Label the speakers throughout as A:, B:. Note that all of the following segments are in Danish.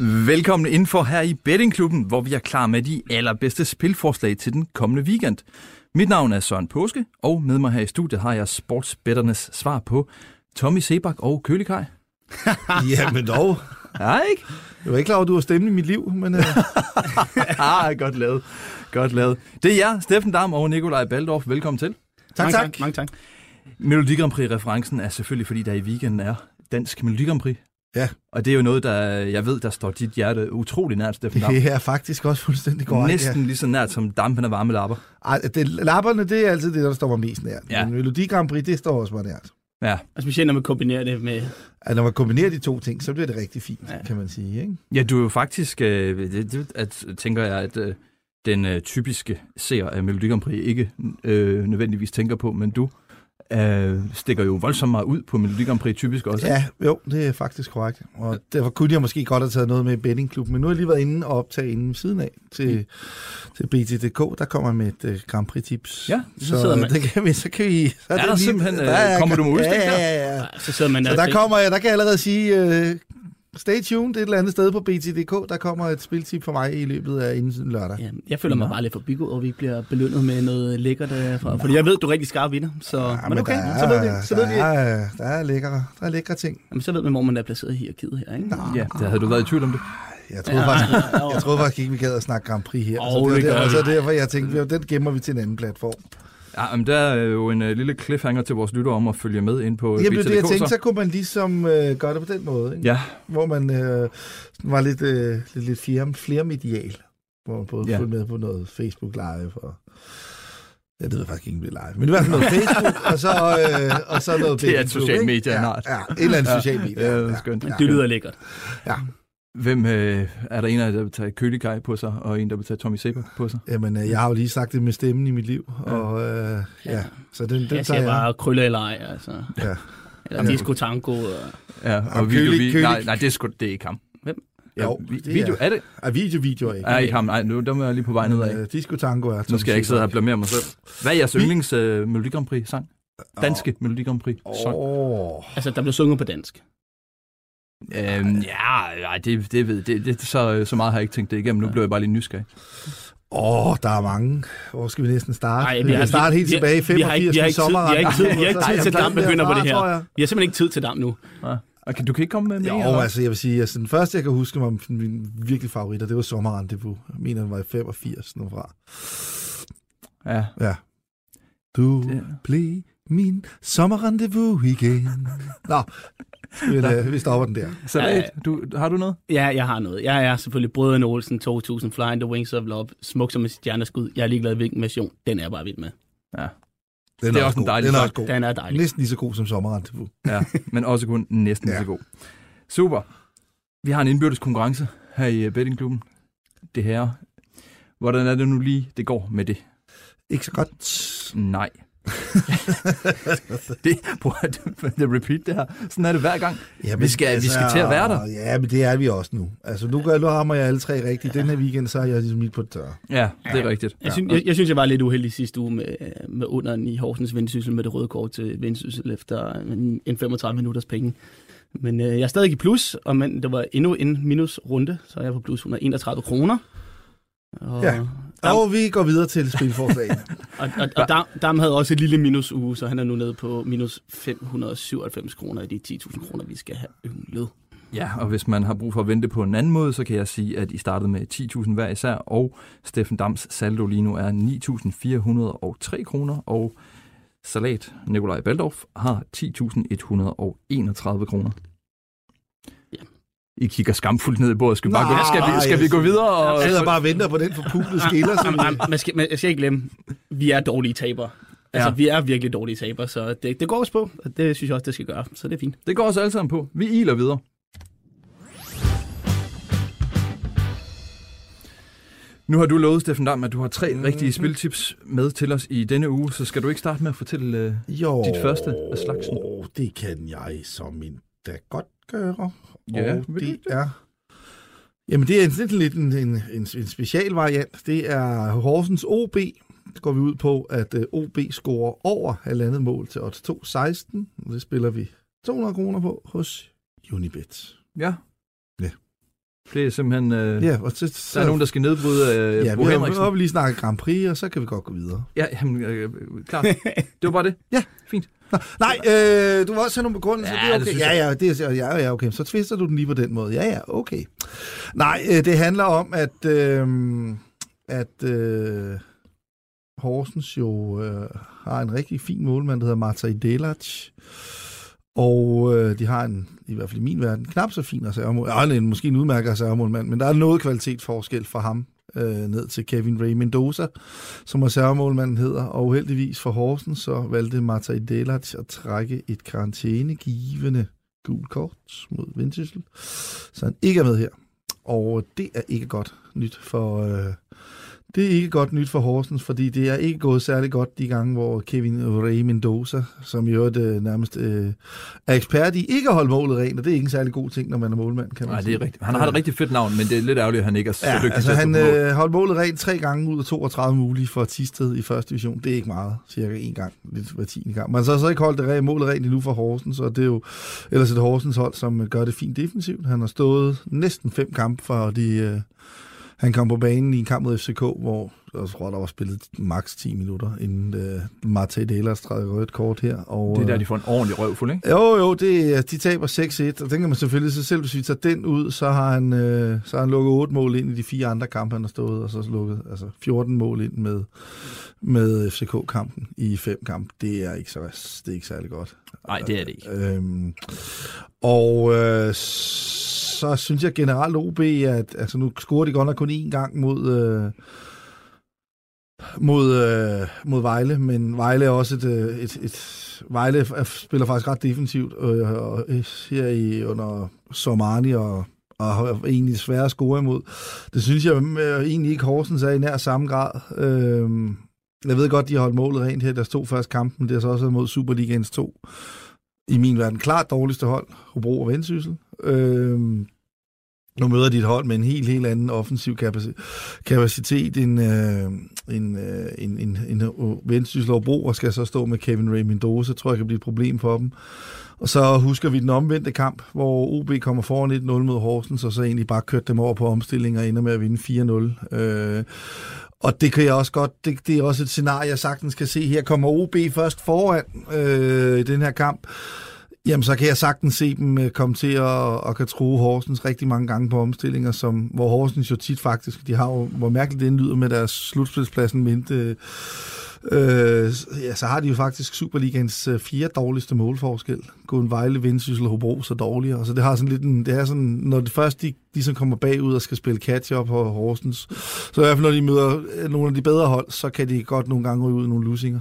A: Velkommen indenfor her i Bettingklubben, hvor vi er klar med de allerbedste spilforslag til den kommende weekend. Mit navn er Søren Påske, og med mig her i studiet har jeg sportsbetternes svar på Tommy Sebak og Kølikaj.
B: Jamen dog.
A: Ja, ikke?
B: Jeg var ikke klar over, at du har stemmen i mit liv, men...
A: Godt lavet. Godt lavet. Det er jer, Steffen Dam og Nikolaj Baldorf. Velkommen til.
B: Tak.
C: Mange tak.
A: Melodi Grand Prix-referencen er selvfølgelig, fordi der i weekenden er dansk Melodi Grand Prix.
B: Ja.
A: Og det er jo noget, der jeg ved, der står dit hjerte utrolig nært, Steffen Dam.
B: Det er faktisk også fuldstændig korrekt.
A: Næsten lige så nært som dampen af varme lapper.
B: Ej, lapperne, det er altid det, der står mig mest nært.
A: Ja.
B: Men Melodi Grand Prix, det står også mig nært.
A: Ja.
C: Og specielt når man kombinerer det med...
B: At når man kombinerer de to ting, så bliver det rigtig fint, kan man sige. Ikke?
A: Ja, du er jo faktisk, tænker jeg, at den typiske seer af Melodi Grand Prix ikke nødvendigvis tænker på, men du stikker jo voldsomt meget ud på Melodi Grand Prix typisk også.
B: Ja, jo, det er faktisk korrekt. Og derfor kunne jeg måske godt have taget noget med i bettingklubben, men nu har jeg lige været inde og optage inden siden af til BT.dk. Der kommer med et Grand Prix-tips.
A: Ja,
C: så sidder man...
B: Så kan vi... Så
A: er der simpelthen... kommer du med udstik der?
B: Ja.
C: Så sidder man...
B: Så der kan jeg allerede sige... Stay tuned, det er et eller andet sted på BT.dk. Der kommer et spiltip for mig i løbet af inden lørdag.
C: Ja, jeg føler mig bare lidt forbigået, og vi bliver belønnet med noget lækkert derfra. Fordi jeg ved, du er rigtig skarp i det. Så, men okay, så ved vi.
B: Der er lækre ting.
C: Jamen, så ved man, hvor man er placeret i hierarkiet her, ikke?
A: Ja, der havde du været i tvivl om det.
B: Jeg troede faktisk ikke, vi gad at snakke Grand Prix her. Så derfor jeg tænkte, den gemmer vi til en anden platform.
A: Ja, men der er jo en lille cliffhanger til vores lyttere om at følge med ind på BT.dk.
B: Jamen det, jeg tænkte, så kunne man ligesom gøre det på den måde. Ikke?
A: Ja.
B: Hvor man var lidt flermedial. Hvor man både følte med på noget Facebook Live og... Jeg ved faktisk ikke, om det er live. Men i hvert fald noget Facebook, og så noget...
A: Det er et socialt medie,
B: ja, et eller andet socialt medie.
A: Ja, det er skønt.
C: Det lyder lækkert.
B: Ja.
A: Hvem er der en af jer, der vil tage Kølikaj på sig, og en, der vil tage Tommy Sebak på sig?
B: Jamen, jeg har jo lige sagt det med stemmen i mit liv, og så den
C: jeg siger bare krølle eller ej, altså.
B: Ja.
C: Eller disco tango.
A: Og video... Nej, det er ikke ham.
C: Hvem?
A: Ja, video, er det?
B: Video er ikke.
A: Er ikke ham, nej, nu der må jeg lige på vej nedad.
B: Disco tango er...
A: Nu skal jeg ikke sidde og blamere mig selv. Hvad er jeres yndlings Melodi Grand Prix sang? Danske Melodi Grand Prix sang?
C: Altså, der blev sunget på dansk.
A: Det ved det så meget har jeg ikke tænkt det igennem. Nu bliver jeg bare lige nysgerrig.
B: Der er mange. Hvor skal vi næsten starte? Vi har startet helt tilbage i 85 med sommeren.
C: Vi har ikke tid til Dam begynder på det her. Vi har simpelthen ikke tid til Dam nu.
A: Okay, du kan ikke komme med mere?
B: Jo, altså jeg vil sige, den første jeg kan huske mig min virkelig favoritter, det var Sommerrendezvous. Jeg mener, den var i 85 nu fra. Ja. Du blev min sommerrendezvous igen. Nå, vi stopper den der.
A: Så har du noget?
C: Ja, jeg har noget. Jeg er selvfølgelig Brødrene Olsen 2000, Flying the Wings of Love, Smuk som et stjerneskud. Jeg er ligeglad hvilken version. Den er bare vild med.
A: Ja.
B: Det er også en dejlig sang.
C: Den er dejlig.
B: Næsten lige så god som Sommerrendezvous.
A: Ja, men også kun næsten lige så god. Super. Vi har en indbyrdes konkurrence her i bettingklubben. Det her. Hvordan er det nu lige, det går med det?
B: Ikke så godt.
A: Nej. Det repeat det her. Sådan er det hver gang.
B: Jamen,
A: vi skal til at være der.
B: Ja, men det er vi også nu. Altså nu rammer jeg alle tre rigtigt. Den her weekend, så er jeg ligesom midt på det tørre.
A: Ja, det er rigtigt.
C: Jeg synes, jeg var lidt uheldig sidste uge med underen i Horsens Vendsyssel med det røde kort til Vendsyssel efter en 35 minutters penge. Men jeg er stadig i plus, og det var endnu en minusrunde, så er jeg på plus 131 kroner.
B: Og vi går videre til spilforslagene.
C: og Dam havde også et lille minusuge, så han er nu nede på minus 597 kroner af de 10.000 kroner, vi skal have ynglet.
A: Ja, og hvis man har brug for at vente på en anden måde, så kan jeg sige, at I startede med 10.000 hver især, og Steffen Dams saldo lige nu er 9.403 kroner, og Salat Nikolaj Baldorf har 10.131 kroner. I kigger skamfuldt ned i bordet. Skal vi gå videre?
B: Jeg sidder bare og venter på den forpulede skiller.
C: Man skal ikke glemme, vi er dårlige tabere. Altså, vi er virkelig dårlige tabere, så det går også på. Og det synes jeg også, det skal gøre. Så det er fint.
A: Det går også alle sammen på. Vi iler videre. Nu har du lovet, Steffen Dam, at du har 3 rigtige spiltips med til os i denne uge. Så skal du ikke starte med at fortælle dit første af slagsen?
B: Det kan jeg som en da godt gøre.
A: Ja,
B: det er... Jamen, det er sådan lidt en specialvariant. Det er Horsens OB. Så går vi ud på, at OB scorer over 1,5 mål til odds 2,16. Det spiller vi 200 kroner på hos Unibet.
A: Ja. Det er simpelthen...
B: og så,
A: der er nogen, der skal nedbryde Bo Henriksen.
B: Ja, vi lige snakke Grand Prix, og så kan vi godt gå videre.
A: Ja, klar. Det var bare det.
B: Ja.
A: Fint.
B: Nej, du var også have nogle begrundelser.
A: Ja,
B: det er okay. Ja, okay. Så twister du den lige på den måde. Ja, okay. Nej, det handler om, at Horsens jo har en rigtig fin målmand, der hedder Marta Delac. Og de har i hvert fald i min verden, knap så fin reservemål. Måske en udmærket reservemålmand, men der er noget kvalitetsforskel fra ham ned til Kevin Ray Mendoza, som reservemålmanden hedder. Og uheldigvis for Horsens, så valgte Marta Delac at trække et karantænegivende gult kort mod Vendsyssel, så han ikke er med her. Og det er ikke godt nyt for... Det er ikke godt nyt for Horsens, fordi det er ikke gået særlig godt de gange, hvor Kevin Ray Mendoza, som jo nærmest er ekspert i ikke at holde målet rent, og det er ikke en særlig god ting, når man er målmand, kan man sige.
A: Nej, det er rigtigt. Han har et rigtig fedt navn, men det er lidt ærgerligt, at han ikke er så dygtig
B: altså han holdt målet rent 3 gange ud af 32 mulige for Thisted i første division. Det er ikke meget, cirka 1 gang, lidt hver 10. gang. Man så ikke holdt målet rent endnu for Horsens, og det er jo ellers et Horsens hold, som gør det fint defensivt. Han har stået næsten 5 kampe for han kom på banen i en kamp mod FCK, hvor jeg tror, der var spillet maks 10 minutter, inden Marta Delac træder rødt kort her. Og,
A: det er der, de får en ordentlig røvfuld, ikke?
B: Jo, de taber 6-1, og den kan man selvfølgelig så selv, hvis vi tager den ud, så har han lukket 8 mål ind i de 4 andre kampe, han har stået, og så lukket 14 mål ind med FCK-kampen i 5 kampe. Det er ikke særlig godt.
A: Nej, det er det ikke.
B: Så synes jeg generelt OB, at altså nu scorer de godt nok kun 1 gang mod Vejle, men Vejle er også Vejle spiller faktisk ret defensivt her under Somani og har egentlig svære at score imod. Det synes jeg egentlig ikke Horsens er i nær samme grad. Jeg ved godt, de har holdt målet rent her, der stod først kampen, det er så også mod Superligaens 2. I min verden klart dårligste hold, Hobro og Vendsyssel. Nu møder de et hold med en helt anden offensiv kapacitet end Vendsyssel og Hobro, og skal så stå med Kevin Ray Mendoza, tror jeg kan blive et problem for dem. Og så husker vi den omvendte kamp, hvor OB kommer foran 1-0 mod Horsens, og så egentlig bare kørte dem over på omstilling og ender med at vinde 4-0. Og det kan jeg også godt, det er også et scenarie, jeg sagtens kan se. Her kommer OB først foran i den her kamp. Jamen, så kan jeg sagtens se dem komme til at kan true Horsens rigtig mange gange på omstillinger, hvor Horsens jo tit faktisk, de har jo, hvor mærkeligt det indlyder med deres slutspilspladsen mindte, så har de jo faktisk Superligaens 4 dårligste målforskel. Guden Vejle, Vendsyssel og Hobro så dårligere. Altså det har sådan lidt det er sådan, når det først de som kommer bagud og skal spille catch-up på Horsens, så i hvert fald når de møder nogle af de bedre hold, så kan de godt nogle gange ryge ud nogle lusinger.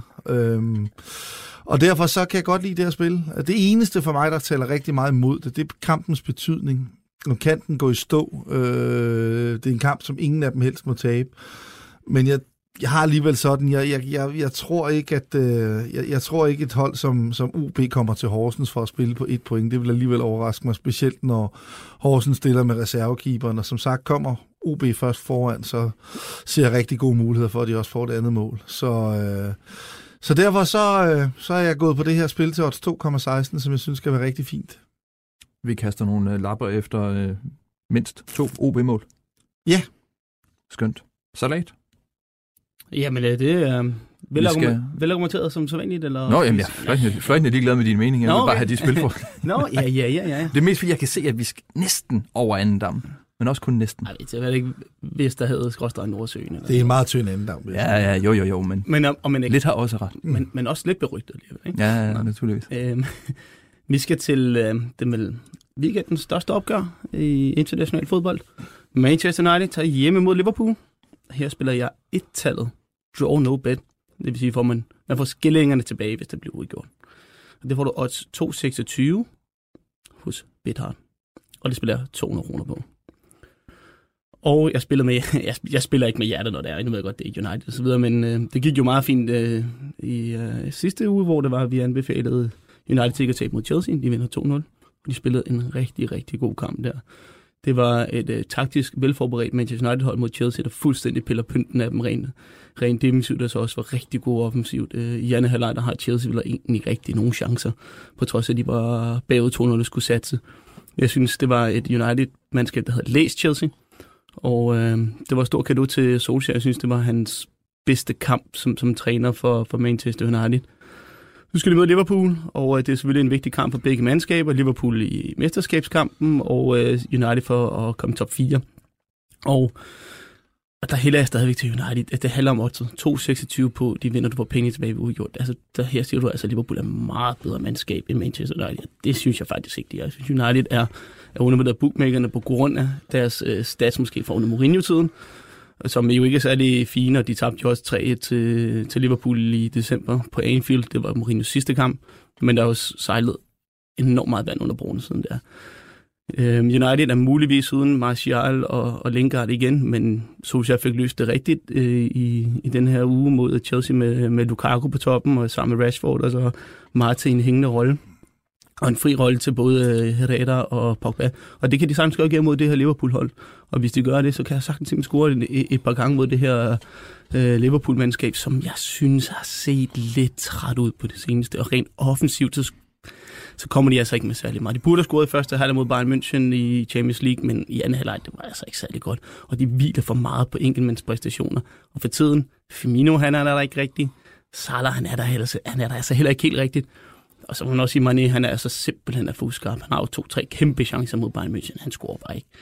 B: Og derfor så kan jeg godt lide det her spil. Det eneste for mig, der taler rigtig meget imod det, det er kampens betydning. Når kan den gå i stå. Det er en kamp, som ingen af dem helst må tabe. Men jeg har alligevel sådan, jeg tror ikke, at jeg tror ikke et hold som UB kommer til Horsens for at spille på 1 point. Det vil alligevel overraske mig, specielt når Horsens stiller med reservekeeperen. Og som sagt, kommer UB først foran, så ser jeg rigtig gode muligheder for, at de også får det andet mål. Så derfor så er jeg gået på det her spil til odds 2,16, som jeg synes skal være rigtig fint.
A: Vi kaster nogle lapper efter mindst 2 OB-mål.
B: Ja.
A: Skønt. Salat?
C: Jamen, det er velargumenteret som sædvanligt, eller?
A: Nå, jamen, jeg er fløjtende ligeglad med dine meninger. Jeg vil bare have de spil for.
C: Nå, ja.
A: Det er mest fordi, jeg kan se, at vi skal næsten over anden dam. Men også kun næsten.
C: Jeg ved det ikke, hvis der havde skråstrej Nordsøen.
B: Det er en meget tynd anden dam.
A: Ja, jo, men
C: ikke,
A: lidt har også ret.
C: Men også lidt berygtet alligevel, ikke?
A: Ja, naturligvis.
C: Vi skal til den weekendens største opgør i international fodbold. Manchester United tager hjemme mod Liverpool. Her spiller jeg 1-tallet. Draw no bet. Det vil sige, at man får skillingerne tilbage, hvis det bliver udgjort. Og det får du odds 2,26 hos Bethard. Og det spiller jeg 200 kroner på. Og jeg spiller ikke med hjertet, når det er. Jeg ved godt, det er United og så videre, men det gik jo meget fint i sidste uge, hvor det var, at vi anbefalede United til at tabe mod Chelsea. De vinder 2-0, og de spillede en rigtig, rigtig god kamp der. Det var et taktisk velforberedt Manchester United-hold mod Chelsea, der fuldstændig piller pynten af dem rent defensivt, der så også var rigtig god offensivt. I anden halvleg, der har Chelsea vel egentlig rigtig nogle chancer, på trods af, at de var bagud 2-0 skulle satse. Jeg synes, det var et United-mandskab, der havde læst Chelsea, og det var stor cadeau til Solskjaer. Jeg synes, det var hans bedste kamp som træner for Manchester United. Nu skal de møde Liverpool, og det er selvfølgelig en vigtig kamp for begge mandskaber. Liverpool i mesterskabskampen, og United for at komme top 4. Og der hælder jeg stadigvæk til United. Det handler om oddset. 2,26 på, de vinder, du får penge tilbage ved udgjort. Altså, her siger du altså, at Liverpool er meget bedre mandskab end Manchester United. Det synes jeg faktisk ikke, de er. Jeg synes, United er undervurderet bookmakerne på grund af deres stats måske fra under Mourinho-tiden, som jo ikke er særlig fine, og de tabte jo også 3-1 til Liverpool i december på Anfield. Det var Mourinhos sidste kamp, men der er også sejlet enormt meget vand under broen siden der. United er muligvis uden Martial og Lingard igen, men Solskjaer fik løst det rigtigt i den her uge mod Chelsea med Lukaku på toppen og sammen med Rashford, og så Martin en hængende rolle. Og en fri rolle til både Herrera og Pogba. Og det kan de sagtens gøre mod det her Liverpool-hold. Og hvis de gør det, så kan jeg sagtens score et par gange mod det her Liverpool-mandskab, som jeg synes har set lidt træt ud på det seneste. Og rent offensivt, så kommer de altså ikke med særlig meget. De burde have scoret i første halvleg mod Bayern München i Champions League, men i anden halvleg, det var altså ikke særlig godt. Og de hviler for meget på enkeltmandspræstationer. Og for tiden, Firmino, han er der ikke rigtig. Salah, han er der altså heller ikke helt rigtigt. Og så må man også sige, Mané, han er altså simpelthen af fudskarp. Han har jo 2-3 kæmpe chancer mod Bayern München. Han scorer bare ikke.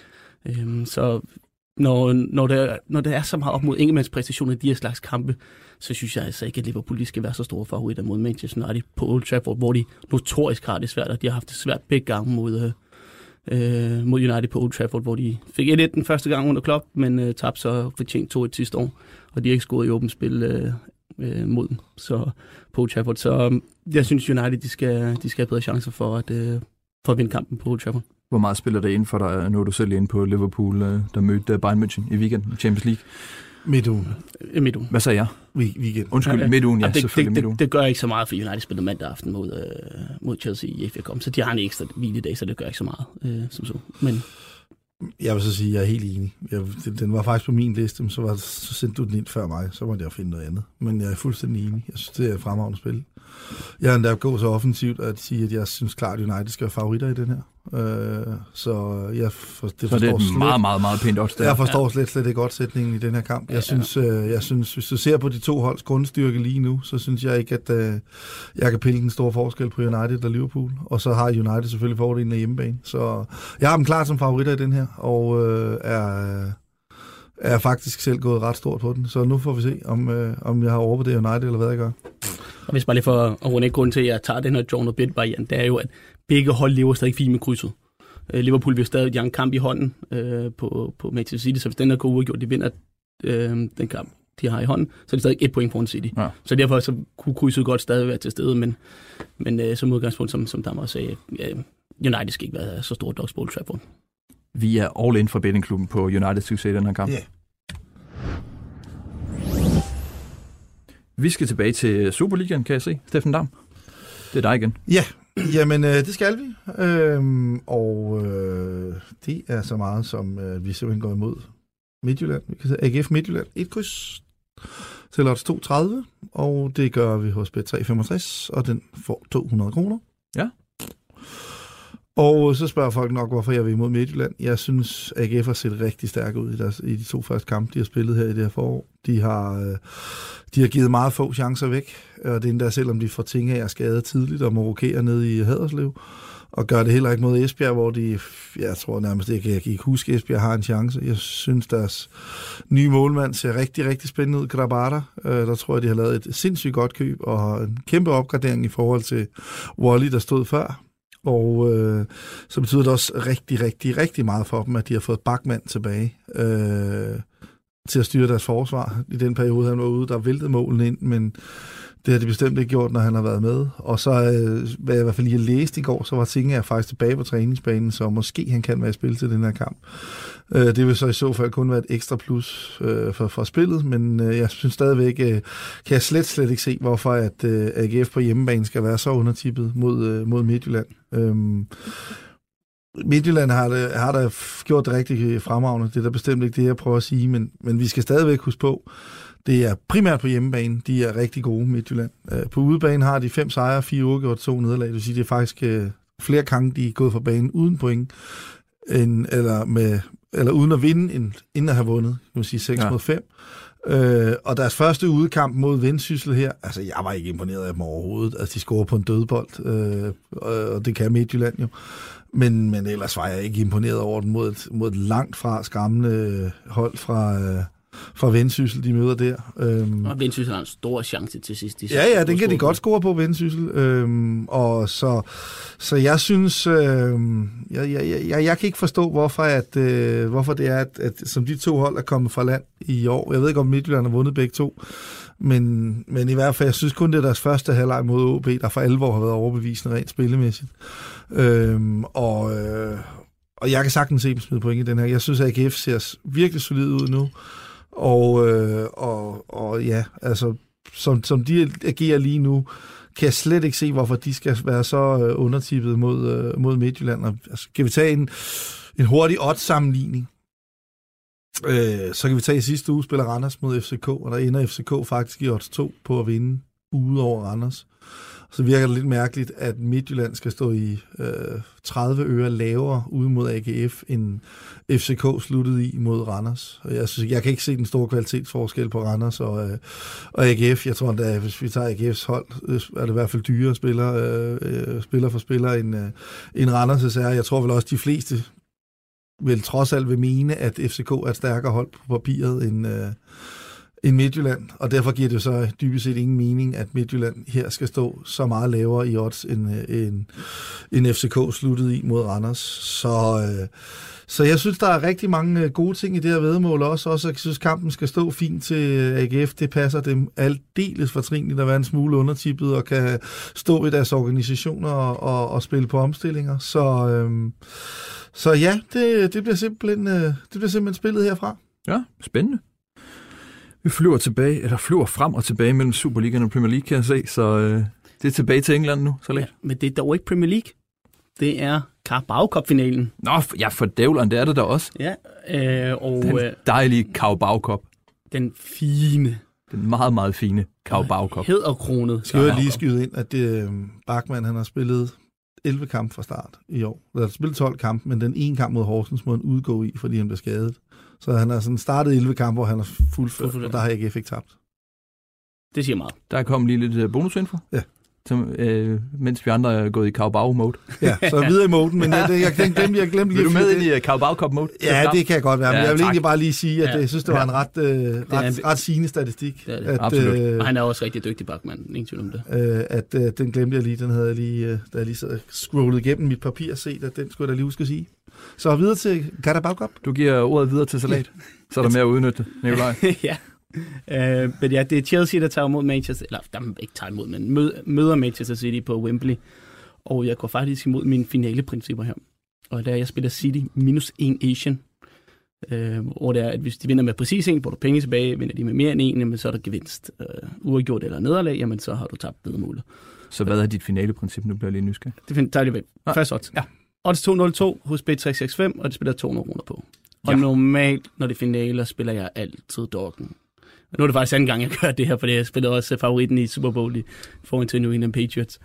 C: Så når der er så meget op mod enkeltmandspræstationer i de her slags kampe, så synes jeg altså ikke, at Liverpool skal være så store favoritter mod Manchester United på Old Trafford, hvor de notorisk har det svært, og de har haft det svært begge gange mod United på Old Trafford, hvor de fik 1-1 den første gang under Klopp, men tabte så fortjent 2-1 sidste år, og de har ikke scoret i åbent spil mod dem så på Old Trafford. Så jeg synes, United de skal have bedre chancer for at vinde kampen på Old Trafford.
A: Hvor meget spiller det ind for dig? Nu er du selv inde på Liverpool, der mødte Bayern München i weekenden i Champions League.
B: Midtugen.
A: Hvad sagde jeg?
B: Weekend.
A: Undskyld, midtugen, ja, selvfølgelig midtugen.
C: Det gør ikke så meget, for United spiller mandag aften mod Chelsea i FA Cup, så de har en ekstra hviledag, så det gør ikke så meget som så. Men
B: jeg vil så sige, at jeg er helt enig. Den var faktisk på min liste, men så sendte du den ind før mig, så måtte jeg finde noget andet. Men jeg er fuldstændig enig. Jeg synes, det er et fremragende spil. Jeg har endda gået så offensivt at sige, at jeg synes klart, at United skal være favoritter i den her. Så det
A: er meget, meget, meget pænt odds.
B: Jeg forstår slet ikke godsætningen i den her kamp. Jeg synes, hvis du ser på de to holds grundstyrke lige nu, så synes jeg ikke, at jeg kan pille den store forskel på United og Liverpool. Og så har United selvfølgelig fordelen af hjemmebane. Så jeg har dem klar som favoritter i den her, og er faktisk selv gået ret stort på den. Så nu får vi se, om jeg har overvurderet United, eller hvad jeg gør.
C: Og hvis bare lige for at runde grund til, at jeg tager den her John O'Bit variant, det er jo, at begge hold lever stadig fint med krydset. Liverpool vil stadig have en kamp i hånden på Manchester City, så hvis den der går uafgjort, de vinder den kamp, de har i hånden, så er det stadig 1 point foran City. Ja. Så derfor så kunne krydset godt stadig være til stede, men som udgangspunkt, som der også sagde, United skal ikke være så stor dogs på Old Trafford.
A: Vi er all in for bettingklubben på Uniteds succes i den her kamp. Yeah. Vi skal tilbage til Superligaen, kan jeg se. Steffen Dam, det er dig igen.
B: Ja, jamen det skal vi. Det er så meget, som vi simpelthen går imod Midtjylland. Vi kan se AGF Midtjylland 1 kryds til odds 2,30, og det gør vi hos Bet365, og den får 200 kroner. Ja. Og så spørger folk nok, hvorfor jeg vil imod Midtjylland. Jeg synes, AGF har set rigtig stærkt ud i de 2 første kampe, de har spillet her i det her forår. De har givet meget få chancer væk, og det er endda selvom de får ting af at skade tidligt og må rokere ned i Haderslev, og gør det heller ikke mod Esbjerg, hvor jeg tror nærmest ikke, jeg kan ikke huske, at Esbjerg har en chance. Jeg synes, deres nye målmand ser rigtig, rigtig spændende ud, Grabara. Der tror jeg, de har lavet et sindssygt godt køb, og en kæmpe opgradering i forhold til Wally, der stod før. Og så betyder det også rigtig, rigtig, rigtig meget for dem, at de har fået Bachmann tilbage til at styre deres forsvar. I den periode, han var ude, der væltede målene ind, men det har de bestemt ikke gjort, når han har været med. Og så, hvad jeg i hvert fald lige læste i går, så var Tinger faktisk tilbage på træningsbanen, så måske han kan være i spil til den her kamp. Det vil så i så fald kun være et ekstra plus for spillet, men jeg synes stadigvæk, kan jeg slet ikke se, hvorfor at AGF på hjemmebane skal være så undertippet mod Midtjylland. Midtjylland har da gjort det rigtig fremragende. Det er da bestemt ikke det, jeg prøver at sige, men vi skal stadigvæk huske på, det er primært på hjemmebane. De er rigtig gode, Midtjylland. På udebane har de 5 sejre, 4 uafgjort, 2 nederlag. Det vil sige, det er faktisk flere gange, de er gået fra banen uden point, eller uden at vinde, inden at have vundet, kan man sige 6-5. Og deres første udekamp mod Vendsyssel her, altså jeg var ikke imponeret af dem overhovedet, altså de scorer på en dødbold, og det kan Midtjylland jo. Men ellers var jeg ikke imponeret over den mod et langt fra skræmmende hold fra Vendsyssel, de møder der.
C: Og Vendsyssel har en stor chance til sidst.
B: Ja, den kan de godt score på, Vendsyssel. Og så jeg synes, jeg kan ikke forstå, hvorfor det er, at som de to hold er kommet fra land i år. Jeg ved ikke, om Midtjylland har vundet begge to, men i hvert fald, jeg synes kun, det er deres første halvleg mod OB, der for alvor har været overbevisende rent spillemæssigt. Og jeg kan sagtens se dem smide point i den her. Jeg synes, at AGF ser virkelig solid ud nu. Og ja, altså, som de agerer lige nu, kan jeg slet ikke se, hvorfor de skal være så undertippet mod Midtjylland. Og, altså, kan vi tage en hurtig odds-sammenligning? Så kan vi tage i sidste uge, spiller Randers mod FCK, og der ender FCK faktisk i odds 2 på at vinde ude over Randers. Så virker det lidt mærkeligt, at Midtjylland skal stå i 30 øre lavere ude mod AGF, end FCK sluttede i mod Randers. Jeg kan ikke se den store kvalitetsforskel på Randers og AGF. Jeg tror, at hvis vi tager AGF's hold, er det i hvert fald dyre spiller for spiller end Randers' er. Jeg tror vel også, de fleste vil trods alt vil mene, at FCK er et stærkere hold på papiret end Midtjylland, og derfor giver det så dybest set ingen mening, at Midtjylland her skal stå så meget lavere i odds, end FCK sluttede i mod Randers. Så jeg synes, der er rigtig mange gode ting i det her væddemål også. Jeg synes, kampen skal stå fint til AGF. Det passer dem aldeles fortrinligt at være en smule undertippet og kan stå i deres organisationer og spille på omstillinger. Så ja, det bliver simpelthen spillet herfra.
A: Ja, spændende. Vi flyver frem og tilbage mellem Superligaen og Premier League, kan jeg se, så det er tilbage til England nu, så lidt. Ja,
C: men det er dog ikke Premier League. Det er Carabao Cup-finalen.
A: Nå, ja, for dævleren, det er det da også.
C: Ja,
A: den dejlige Carabao Cup.
C: Den fine.
A: Den meget, meget fine Carabao Cup.
C: Hæderkronet.
B: Skal jeg lige skyde ind, at Bachmann, han har spillet 11 kampe fra start i år. Der har spillet 12 kampe, men den ene kamp mod Horsens må han udgå i, fordi han blev skadet. Så han har sådan startet 11 kampe, hvor han har fuldført, og der har AGF ikke tabt.
C: Det siger meget.
A: Der er kommet lige lidt bonusinfo.
B: Ja.
A: Mens vi andre er gået i Carabao-mode.
B: Ja, så videre i moden, men jeg glemte lige...
A: Vil du med ind i Carabao Cup-mode?
B: Ja, det kan jeg godt være, men jeg vil egentlig bare lige sige, at jeg synes, det var en ret sigende statistik.
C: Det er det. Absolut. Og han er også rigtig dygtig Bachmann, ingen tvivl om
B: det. Den glemte jeg lige, den havde jeg lige, da jeg lige så scrollet igennem mit papir og set, at den skulle jeg da lige huske at sige. Så videre til Carabao Cup.
A: Du giver ordet videre til Salat, så er der mere at udnytte, Nikolaj.
C: Ja. Men ja, det er Chelsea, der tager imod Manchester, eller der ikke tager imod, men møder Manchester City på Wembley. Og jeg går faktisk imod mine finaleprincipper her. Og der jeg spiller City -1 Asian. Hvor det er, at hvis de vinder med præcis 1, får du penge tilbage. Vinder de med mere end 1, jamen, så er der gevinst. Uafgjort eller nederlag, jamen så har du tabt vedmålet.
A: Så hvad er dit finaleprincip? Nu bliver jeg lige nysgerrig.
C: Det tager jeg lige ved. Først odds. Ja. Odds 202 hos Bet365, og det spiller 200 kroner på. Og normalt, når det er finaler, spiller jeg altid doggen. Nu er det faktisk anden gang, jeg gør det her, fordi jeg spillede også favoritten i Super Bowl i forhold til New England Patriots.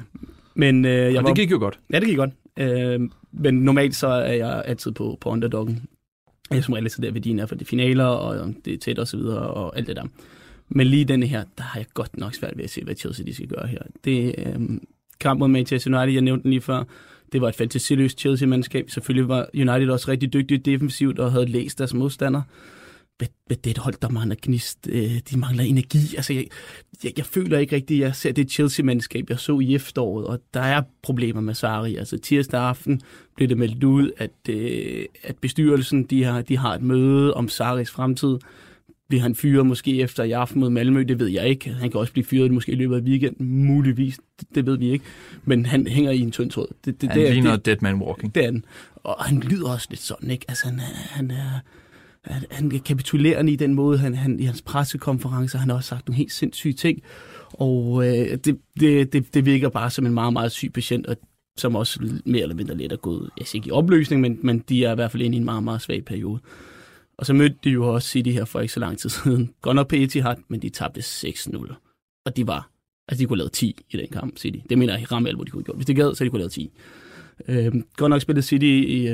C: Men
A: det gik jo godt.
C: Ja, det gik godt. Men normalt så er jeg altid på underdoggen. Jeg er som regel så der værdien er for de finaler, og det er tæt og så videre, og alt det der. Men lige denne her, der har jeg godt nok svært ved at se, hvad Chelsea de skal gøre her. Det kamp mod Manchester United, jeg nævnte den lige før, det var et fantasiløst Chelsea-mandskab. Selvfølgelig var United også rigtig dygtigt defensivt og havde læst deres modstander. Det er et hold, der mangler gnist. De mangler energi. Altså, jeg føler ikke rigtigt, at jeg ser det Chelsea-mandskab, jeg så i efteråret, og der er problemer med Sarri. Altså, tirsdag aften blev det meldt ud, at bestyrelsen de har et møde om Sarris fremtid. Bliver han fyret måske efter i aften mod Malmø? Det ved jeg ikke. Han kan også blive fyret måske i løbet af weekenden. Muligvis. Det ved vi ikke. Men han hænger i en tynd tråd.
A: Han ligner dead man walking.
C: Det er han. Og han lyder også lidt sådan, ikke? Altså, han er kapitulerende i den måde, han i hans pressekonferencer, han har også sagt nogle helt sindssyge ting. Og det virker bare som en meget, meget syg patient, og som også mere eller mindre lidt er gået, jeg siger ikke i opløsning, men de er i hvert fald inde i en meget, meget svag periode. Og så mødte de jo også City her for ikke så lang tid siden. Godt nok på Etihad, men de tabte 6-0. Og de kunne lave 10 i den kamp, City. Det mener jeg i ramme alvor, de kunne gjort. Hvis de gad, så de kunne lave 10. Godt nok spillet City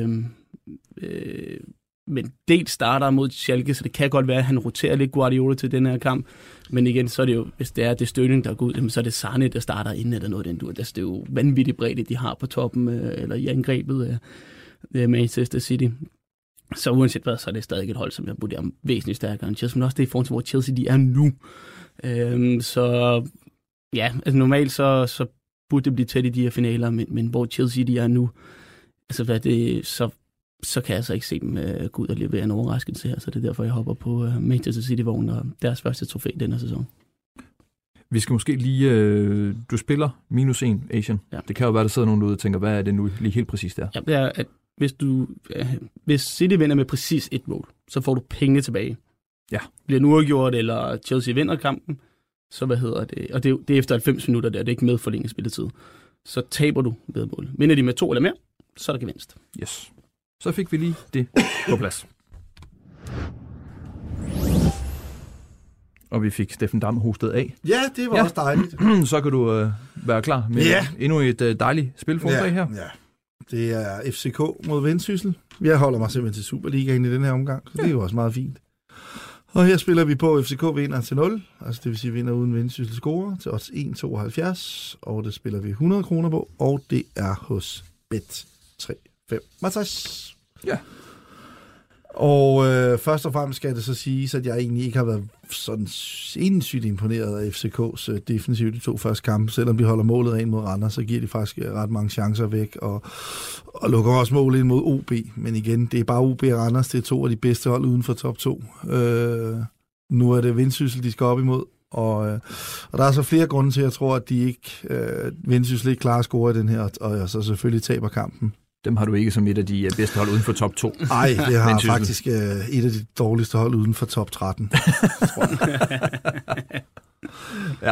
C: men dels starter mod Schalke, så det kan godt være, at han roterer lidt Guardiola til den her kamp. Men igen, så er det jo, hvis det er det Støling, der går ud, så er det Sarne, der starter inden eller noget den dur. Det er jo vanvittigt bredde, de har på toppen, eller i angrebet af Manchester City. Så uanset hvad, så er det stadig et hold, som jeg vurderer væsentligt stærkere end Chelsea, men også det i forhold til, hvor Chelsea de er nu. Så ja, altså normalt så burde det blive tæt i de her finaler, men hvor Chelsea de er nu, altså hvad det, så kan jeg altså ikke se dem gå ud og levere en overraskelse her, så det er derfor, jeg hopper på Manchester City-vognen og deres første trofæ denne sæson.
A: Vi skal måske lige... du spiller -1 Asian. Ja. Det kan jo være, der sidder nogen derude og tænker, hvad er det nu lige helt præcis der?
C: Ja, det er, at hvis City vinder med præcis et mål, så får du penge tilbage.
A: Ja.
C: Bliver nu uafgjort, eller Chelsea vinder kampen, så og det er efter 90 minutter der, det er ikke med forlænget spilletid. Så taber du ved mål. Vinder de med 2 eller mere, så er der gevinst.
A: Yes. Så fik vi lige det på plads. Og vi fik Steffen Dam hostet af.
B: Ja, det var også dejligt.
A: Så kan du være klar med endnu et dejligt spilforslag her.
B: Ja. Det er FCK mod Vendsyssel. Jeg holder mig simpelthen til Superligaen i den her omgang, så det er jo også meget fint. Og her spiller vi på, FCK vinder til 0, altså det vil sige vinder uden Vendsyssel scorer til odds 1,72, og det spiller vi 100 kroner på, og det er hos Bet365.
A: Ja.
B: Og først og fremmest skal det så siges, at jeg egentlig ikke har været sådan sindssygt imponeret af FCK's defensiv de 2 første kampe. Selvom de holder målet af mod Randers, så giver de faktisk ret mange chancer væk, og lukker også mål ind mod OB. Men igen, det er bare OB og Randers, det er 2 af de bedste hold uden for top 2. Nu er det Vendsyssel, de skal op imod. Og der er så flere grunde til, at jeg tror, at de ikke Vendsyssel ikke klarer at score i den her, og så selvfølgelig taber kampen.
A: Dem har du ikke som et af de bedste hold uden for top 2.
B: Nej, det har faktisk et af de dårligste hold uden for top 13.
A: Ja.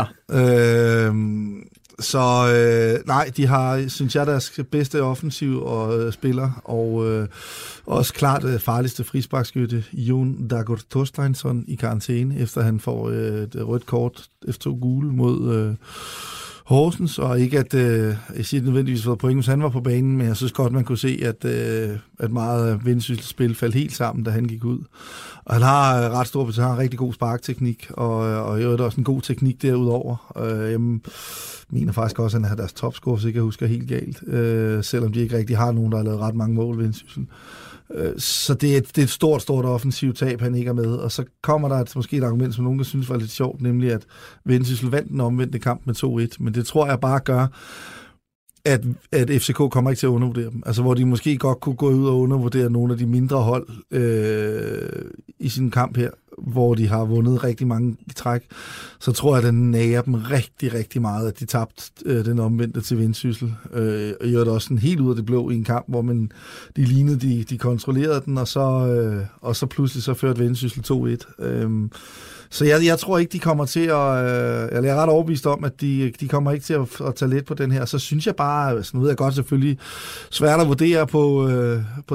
B: Nej, de har, synes jeg, deres bedste offensiv og spiller, og også klart farligste frisparkskytte, Jon Dagur Thorsteinsson i karantæne, efter han får et rødt kort efter 2 gule mod Horsens, og ikke at jeg siger nødvendigvis for point, hvis han var på banen, men jeg synes godt, man kunne se, at meget af Vendsyssels spil faldt helt sammen, da han gik ud. Og han har ret stor betydning, har rigtig god sparkteknik, og jo, der er også en god teknik derudover. Jeg mener faktisk også, at han har deres topscore, så jeg husker helt galt, selvom de ikke rigtig har nogen, der har lavet ret mange mål, Vendsyssel. Så det er et stort offensivt tab, han ikke er med. Og så kommer der måske et argument, som nogen kan synes var lidt sjovt, nemlig at Vendsyssel vandt den omvendte kamp med 2-1. Men det tror jeg bare gør, at FCK kommer ikke til at undervurdere dem. Altså hvor de måske godt kunne gå ud og undervurdere nogle af de mindre hold i sin kamp her, hvor de har vundet rigtig mange træk, så tror jeg, at den nager dem rigtig, rigtig meget, at de tabte den omvendte til Vendsyssel. Og gjorde det også sådan helt ud af det blå i en kamp, hvor de lignede, de kontrollerede den, og så pludselig så førte Vendsyssel 2-1. Så jeg tror ikke, de kommer til at... Jeg er ret overbevist om, at de kommer ikke til at tage let på den her. Så synes jeg bare... Nu ved jeg godt selvfølgelig svært at vurdere på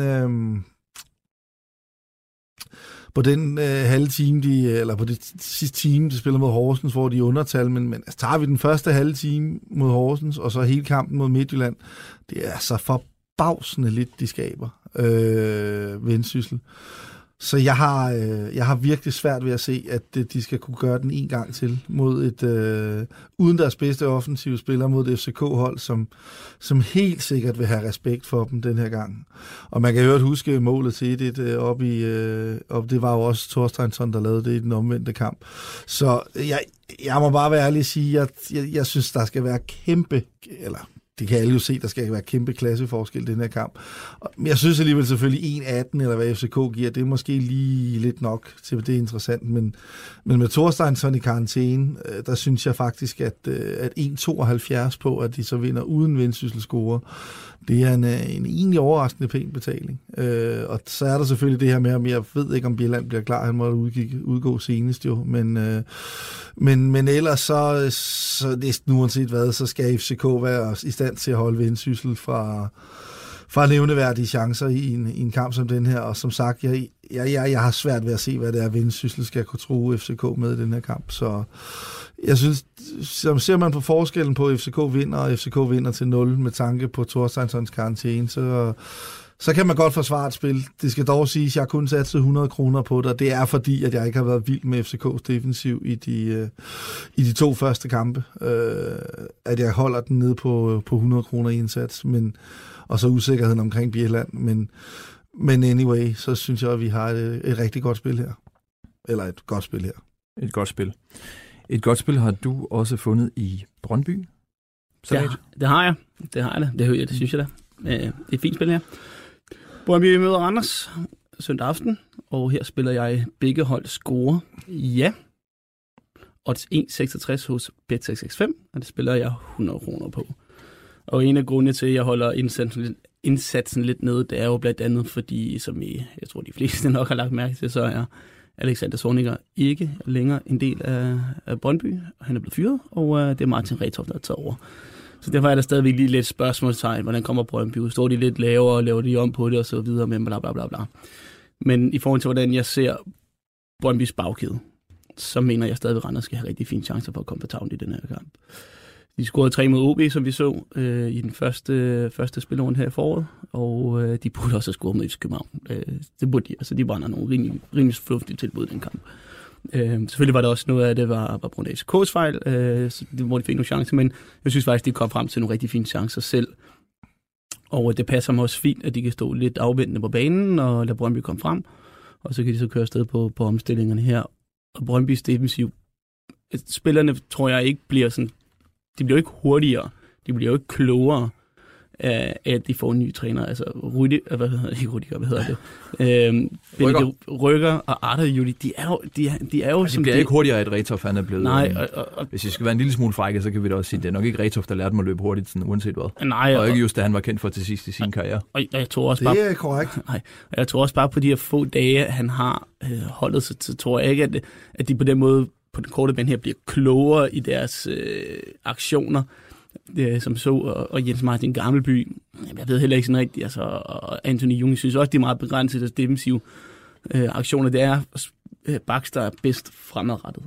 B: den halve time, eller på det sidste time, de spiller mod Horsens, hvor de er undertal, men altså, tager vi den første halve time mod Horsens, og så hele kampen mod Midtjylland, det er så forbavsende lidt, de skaber Vendsyssel. Så jeg har virkelig svært ved at se, at de skal kunne gøre den en gang til mod uden deres bedste offensive spiller mod et FCK-hold, som helt sikkert vil have respekt for dem den her gang. Og man kan jo huske målet til det var jo også Thorsteinsson, der lavede det i den omvendte kamp. Så jeg må bare være ærlig og sige, at jeg synes, der skal være kæmpe, eller det kan alle jo se, der skal være kæmpe klasseforskel i den her kamp. Men jeg synes alligevel selvfølgelig 1-18, eller hvad FCK giver, det er måske lige lidt nok til, det er interessant. Men med Thorsteinsson i karantæne, der synes jeg faktisk, at 1,72 på, at de så vinder uden Vendsyssel score, det er en egentlig overraskende pæn betaling. Og så er der selvfølgelig det her med, at jeg ved ikke, om Bjelland bliver klar, han måtte udgå senest jo, men ellers så næsten uanset hvad, så skal FCK være i stand til at holde Vendsyssel fra fra nævneværdige chancer i en kamp som den her, og som sagt, jeg har svært ved at se, hvad det er, Vendsyssel skal kunne true FCK med i den her kamp, så jeg synes, ser man på forskellen på FCK vinder, og FCK vinder til 0 med tanke på Thorsteinsons karantæne, så kan man godt forsvare et spil. Det skal dog siges, at jeg kun satte 100 kroner på det, og det er fordi, at jeg ikke har været vild med FCK's defensiv i de 2 første kampe. At jeg holder den nede på 100 kroner i indsats, og så usikkerheden omkring Bjelland. Men anyway, så synes jeg, at vi har et rigtig godt spil her. Eller et godt spil her.
A: Et godt spil. Et godt spil har du også fundet i Brøndby?
C: Det har jeg. Det synes jeg da. Det er et fint spil her. Brøndby møder Randers søndag aften, og her spiller jeg begge hold score. Ja. Odds 1,66 hos Bet365, og det spiller jeg 100 kroner på. Og en af grundene til, at jeg holder indsatsen lidt nede, det er jo blandt andet, fordi, som jeg tror, de fleste nok har lagt mærke til, så er Alexander Zorniger ikke længere en del af Brøndby. Han er blevet fyret, og det er Martin Retoft, der har taget over. Så derfor er der stadigvæk lige lidt spørgsmålstegn, hvordan kommer Brøndby? Står de lidt lavere og laver de om på det og så videre, men bla bla bla bla. Men i forhold til, hvordan jeg ser Brøndbys bagkæde, så mener jeg stadig, at Randers skal have rigtig fine chancer for at komme på tavlen i den her kamp. De scorede 3 mod OB, som vi så i den første spilrunde her i foråret, og de burde også have scoret mod FC København. Det burde de. Altså, de brænder nogle rimelig fornuftige tilbud i den kamp. Selvfølgelig var der også noget af det, var på grund af FCK's fejl, hvor de fik nogle chancer, men jeg synes faktisk, de kom frem til nogle rigtig fine chancer selv. Og det passer mig også fint, at de kan stå lidt afventende på banen og lade Brøndby komme frem, og så kan de så køre afsted på omstillingerne her. Og Brøndbys defensiv, spillerne tror jeg ikke bliver sådan, de bliver ikke hurtigere, de bliver jo ikke klogere af, at de får en ny træner. Altså Rykker og Arda Juli, de er jo
A: de bliver ikke hurtigere, at Retoft han er blevet.
C: Nej,
A: hvis vi skal være en lille smule frække, så kan vi da også sige, at det er nok ikke Retoft, der lærte mig at løbe hurtigt, sådan, uanset hvad.
C: Nej,
A: og ikke just det, han var kendt for til sidst i sin karriere.
C: Og jeg tror også
B: det er korrekt.
C: Nej, og jeg tror også bare på de her få dage, han har holdet sig til, tror jeg ikke, at de på den måde på den korte bane her bliver klogere i deres aktioner, som så, og Jens Martin Gammelby. Jeg ved heller ikke sådan rigtigt, altså, og Anthony Jung synes også, de er meget begrænset af defensive aktioner. Det er Baks, der er bedst fremadrettet.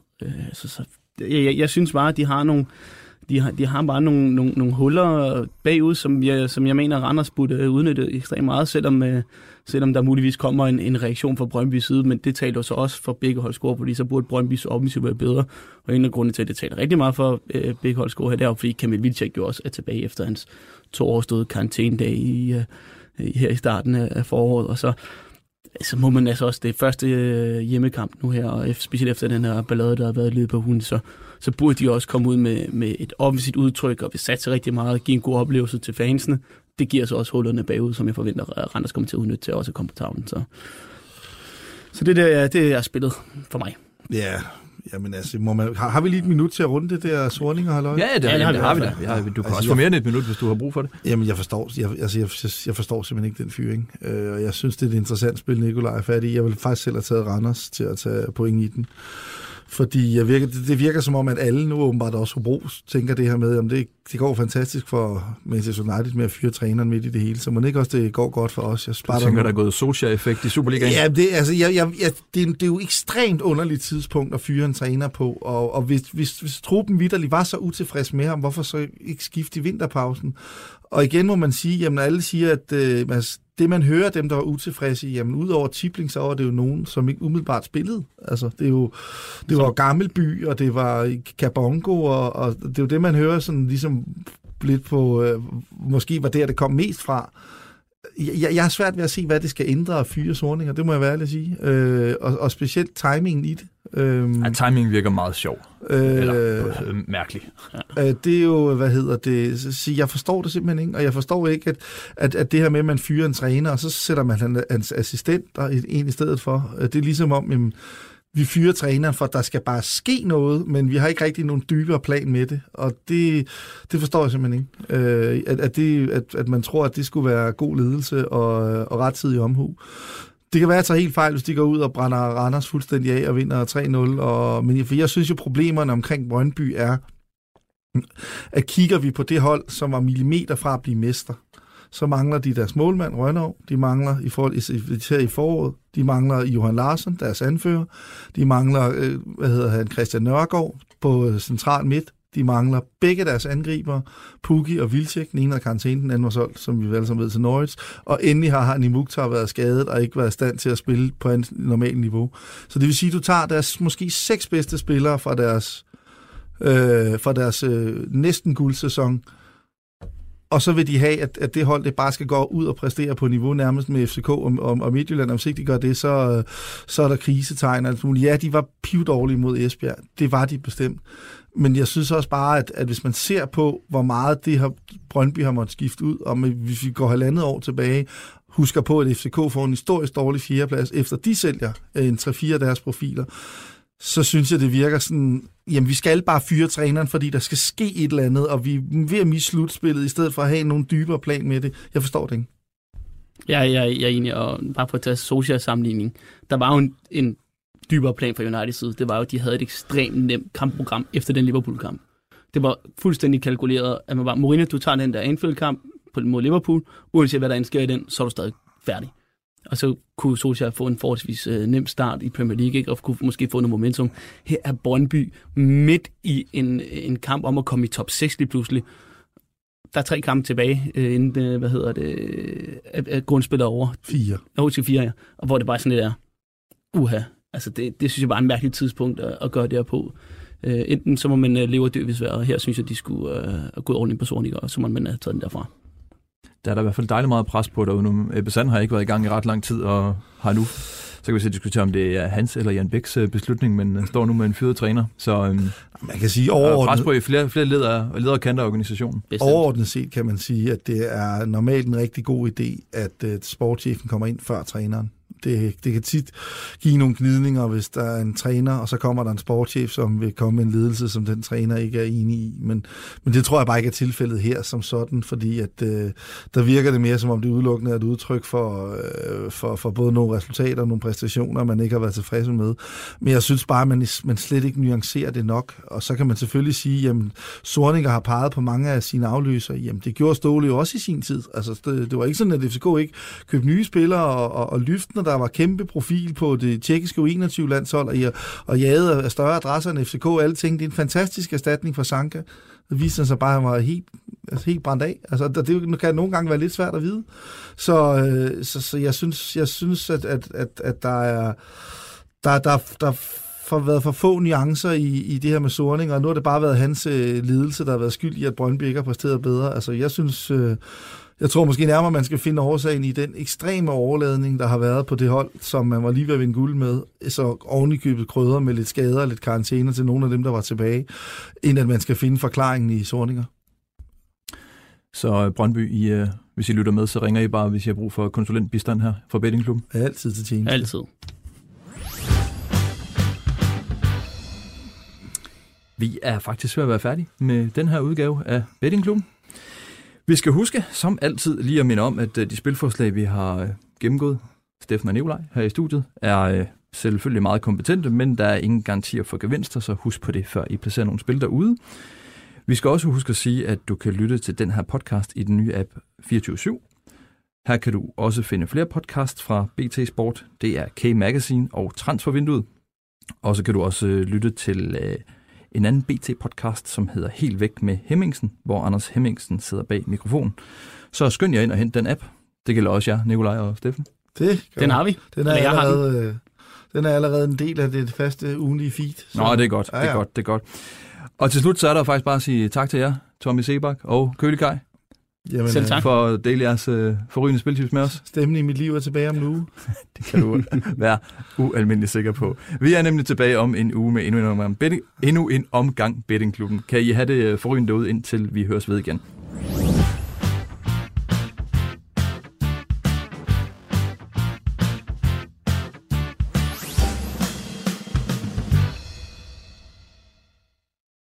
C: Jeg synes bare, at de har nogle de har bare nogle huller bagud, som jeg mener, Randers burde udnytte ekstremt meget, selvom der muligvis kommer en reaktion fra Brøndbys side, men det taler så også for begge hold score, fordi så burde Brøndbys offensiv være bedre, og en af grundene til, at det taler rigtig meget for begge hold score her, det er jo, fordi Kamil Vilcek jo også er tilbage efter hans 2 overståede karantænedag her i starten af foråret, og så må man altså også, det første hjemmekamp nu her, og specielt efter den her ballade, der har været i løbet på hunden, så burde de også komme ud med et offensivt udtryk, og vi satser rigtig meget og give en god oplevelse til fansene. Det giver så også hullerne bagud, som jeg forventer, at Randers kommer til at udnytte til også at komme på tavlen. Så det er spillet for mig.
B: Ja, jamen altså, har vi lige et minut til at runde det der Zorniger, halløj?
A: Ja, det har vi da. Du kan også få mere end et minut, hvis du har brug for det.
B: Jamen, jeg forstår simpelthen ikke den fyring. Og jeg synes, det er et interessant spil, Nikolaj er fat i. Jeg vil faktisk selv have taget Randers til at tage point i den. Fordi det virker som om, at alle nu åbenbart også Hobro tænker det her med, om det går fantastisk for Manchester United med at fyre træneren midt i det hele, så må det ikke også det går godt for os.
A: Du tænker, der er gået Solskjaer-effekt i Superligaen?
B: Ja, det er jo ekstremt underligt tidspunkt at fyre en træner på, og hvis truppen vitterligt var så utilfreds med ham, hvorfor så ikke skifte i vinterpausen? Og igen må man sige, jamen alle siger, at det man hører, dem der var utilfredse, jamen udover Tipling, så var det jo nogen, som ikke umiddelbart spillede. Altså det var Gammelby, og det var Kabongo, og det er jo det, man hører sådan ligesom lidt på, måske var det kom mest fra. Jeg har svært ved at se, hvad det skal ændre af fyre Zorniger, det må jeg være ærlig at sige. Og specielt timingen i det.
A: Timingen virker meget sjov. Eller mærkelig.
B: Det er jo, jeg forstår det simpelthen ikke, og jeg forstår ikke, at det her med, at man fyrer en træner, og så sætter man hans assistent ind i stedet for. Det er ligesom om, vi fyrer træneren, for der skal bare ske noget, men vi har ikke rigtig nogen dybere plan med det, og det forstår jeg simpelthen ikke. At man tror, at det skulle være god ledelse og rettidig omhu. Det kan være, at jeg tager helt fejl, hvis de går ud og brænder Randers fuldstændig af og vinder 3-0. Men for jeg synes jo, problemerne omkring Brøndby er, at kigger vi på det hold, som var millimeter fra at blive mester, så mangler de deres målmand, Rønnow. De mangler især i foråret. De mangler Johan Larsson, deres anfører. De mangler, Christian Nørgaard på central midt. De mangler begge deres angriber, Pukki og Wilczek. Den ene er karantæne, den anden var solgt, som vi alle sammen ved, til Norwich. Og endelig har Hani Mukhtar været skadet og ikke været i stand til at spille på et normalt niveau. Så det vil sige, at du tager deres måske 6 bedste spillere fra deres næsten guldsæson, og så vil de have, at det hold, det bare skal gå ud og præstere på niveau nærmest med FCK og Midtjylland. Og hvis ikke de gør det, så er der krisetegn. Ja, de var pivdårlige mod Esbjerg. Det var de bestemt. Men jeg synes også bare, at hvis man ser på, hvor meget det har Brøndby har måttet skifte ud, og hvis vi går 1,5 år tilbage, husker på, at FCK får en historisk dårlig 4. plads, efter de sælger en 3-4 af deres profiler, så synes jeg, det virker sådan, jamen vi skal bare fyre træneren, fordi der skal ske et eller andet, og vi er ved at miste slutspillet, i stedet for at have nogen dybere plan med det. Jeg forstår det ikke.
C: Jeg er enig, og bare for at tage Solskjaer-sammenligning, der var jo en dybere plan fra Uniteds side. Det var jo, at de havde et ekstremt nemt kampprogram efter den Liverpool-kamp. Det var fuldstændig kalkuleret, at man var, Mourinho, du tager den der Anfield-kamp mod Liverpool, uanset hvad der sker i den, så er du stadig færdig. Og så kunne Solskjaer få en forholdsvis nem start i Premier League, ikke? Og kunne måske få noget momentum. Her er Brøndby midt i en kamp om at komme i top 6 lige pludselig. Der er 3 kampe tilbage, inden grundspillet over.
B: 4.
C: Til 4, ja. Og hvor det bare sådan lidt er, altså det synes jeg bare er en mærkelig tidspunkt at gøre det her på. Enten så må man leve og dø, hvis og her synes jeg, de skulle gå ordentligt på Sorniger, og så må man have taget den derfra.
A: Der er der i hvert fald dejligt meget pres på derude nu. Ebbe Sand har ikke været i gang i ret lang tid, og har nu, så kan vi så diskutere, om det er hans eller Jan Bæks beslutning, men står nu med en fyret træner. Så
B: man kan sige overordnet,
A: pres på i flere lederkanter af organisationen.
B: Overordnet set kan man sige, at det er normalt en rigtig god idé, at sportschefen kommer ind før træneren. Det kan tit give nogle gnidninger, hvis der er en træner, og så kommer der en sportschef, som vil komme med en ledelse, som den træner ikke er enig i. Men det tror jeg bare ikke er tilfældet her som sådan, fordi at der virker det mere, som om det udelukkende er et udtryk for både nogle resultater og nogle præstationer, man ikke har været tilfreds med. Men jeg synes bare, at man slet ikke nuancerer det nok. Og så kan man selvfølgelig sige, jamen Sorniger har peget på mange af sine afløser. Jamen det gjorde Ståle jo også i sin tid. Altså det var ikke sådan, at FCK ikke købte nye spillere og løftende. Der var kæmpe profil på det tjekkiske U21-landshold, og jagede af større adresser end FCK. Alle ting. Det er en fantastisk erstatning for Sanka. Det viste sig bare, at han var helt brændt af. Altså, det kan nogle gange være lidt svært at vide. Så jeg synes at der har været for få nuancer i det her med Sorning, og nu har det bare været hans ledelse, der har været skyld i, at Brøndby ikke har præsteret bedre. Altså, jeg tror måske nærmere, man skal finde årsagen i den ekstreme overladning, der har været på det hold, som man var lige ved at vinde guld med, så ovenikøbet krydder med lidt skader og lidt karantæner til nogle af dem, der var tilbage, end at man skal finde forklaringen i Sorninger.
A: Så Brøndby, hvis I lytter med, så ringer I bare, hvis I har brug for konsulentbistand her fra Bettingklubben.
B: Altid til tjeneste.
C: Altid.
A: Vi er faktisk ved at være færdige med den her udgave af Bettingklubben. Vi skal huske, som altid, lige at minde om, at de spilforslag, vi har gennemgået, Steffen og Nikolaj her i studiet, er selvfølgelig meget kompetente, men der er ingen garantier for gevinster, så husk på det, før I placerer nogle spil derude. Vi skal også huske at sige, at du kan lytte til den her podcast i den nye app 24/7. Her kan du også finde flere podcasts fra BT Sport, det er K-Magazine og Transfervinduet. Og så kan du også lytte til en anden BT-podcast, som hedder Helt Væk med Hemmingsen, hvor Anders Hemmingsen sidder bag mikrofonen. Så skynd jer ind og hent den app. Det gælder også jer, Nikolaj og Steffen.
C: Den har vi.
B: Den er allerede en del af det faste ugenlige feed. Så.
A: Nå, det er godt. Ja. Det er godt. Og til slut, så er der faktisk bare at sige tak til jer, Tommy Sebak og Kølikaj.
B: Jamen,
C: selv tak.
A: For at dele jeres forrygende spiltips med os.
B: Stemmen i mit liv er tilbage om en uge.
A: Det kan du være ualmindelig sikker på. Vi er nemlig tilbage om en uge med endnu en omgang Bettingklubben. Kan I have det forrygende derude, indtil vi høres ved igen.